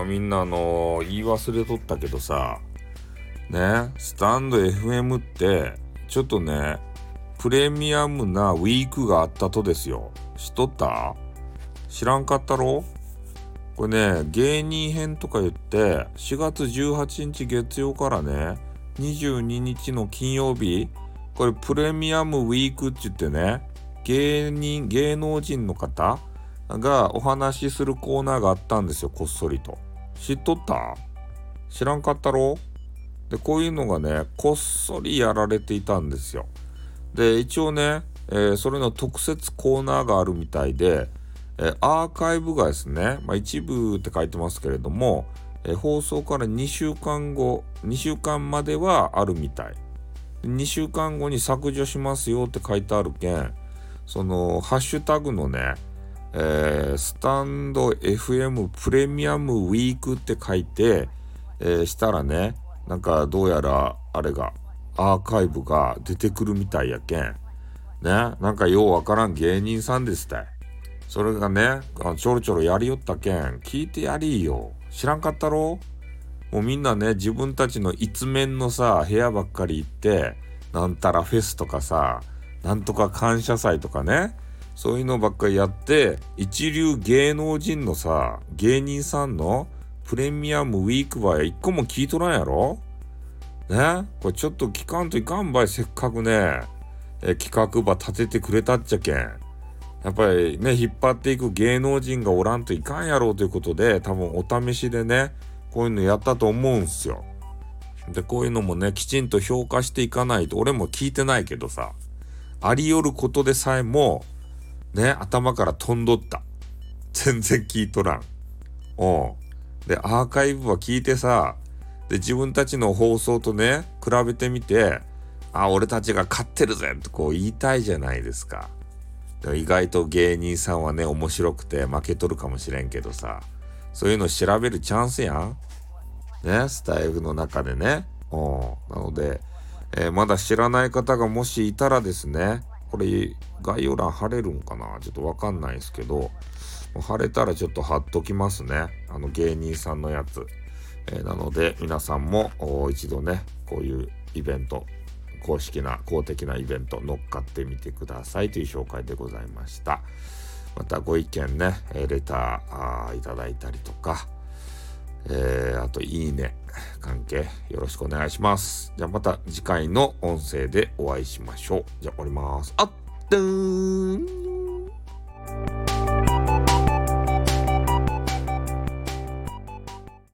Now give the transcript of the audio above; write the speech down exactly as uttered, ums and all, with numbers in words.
あ、みんなあのー言い忘れとったけどさ、ね、スタンド エフエム ってちょっとねプレミアムなウィークがあったとですよ。知っとった？知らんかったろ？これね、芸人編とか言ってしがつじゅうはちにち月曜からねにじゅうににちの金曜日、これプレミアムウィークって言ってね、芸人芸能人の方がお話しするコーナーがあったんですよ、こっそりと。知っとった？知らんかったろ？で、こういうのがねこっそりやられていたんですよ。で、一応ね、えーそれの特設コーナーがあるみたいで、えーアーカイブがですね、まあ、一部って書いてますけれども、えー放送からにしゅうかんご、にしゅうかんまではあるみたい。にしゅうかんごに削除しますよって書いてあるけん、そのハッシュタグのね、えースタンド エフエム プレミアムウィークって書いて、えーしたらね、なんかどうやらあれがアーカイブが出てくるみたいやけんね、なんかようわからん芸人さんですたい。それがね、あちょろちょろやりよったけん聞いてやりーよ。知らんかったろ？もうみんなね、自分たちの一面のさ部屋ばっかり行って、なんたらフェスとかさ、なんとか感謝祭とかね、そういうのばっかりやって、一流芸能人のさ芸人さんのプレミアムウィークばや一個も聞いとらんやろね。これちょっと聞かんといかんばい。せっかくねえ企画ば立ててくれたっちゃけん、やっぱりね引っ張っていく芸能人がおらんといかんやろうということで、多分お試しでねこういうのやったと思うんすよ。で、こういうのもねきちんと評価していかないと。俺も聞いてないけどさ、ありよることでさえもね頭から飛んどった。全然聞いとらん。おうで、アーカイブは聞いてさ、で自分たちの放送とね比べてみて、あ、俺たちが勝ってるぜってこう言いたいじゃないですか。でも意外と芸人さんはね面白くて負けとるかもしれんけどさ、そういうの調べるチャンスやんね、スタイフの中でね。おなので、えーまだ知らない方がもしいたらですね、これ概要欄貼れるんかな、ちょっとわかんないですけど、貼れたらちょっと貼っときますね、あの芸人さんのやつ。えーなので皆さんも一度ねこういうイベント、公式な公的なイベント乗っかってみてくださいという紹介でございました。またご意見ねレターいただいたりとか、えー、あといいね関係よろしくお願いします。じゃあまた次回の音声でお会いしましょう。じゃあ降ります。あっ、ドゥーン。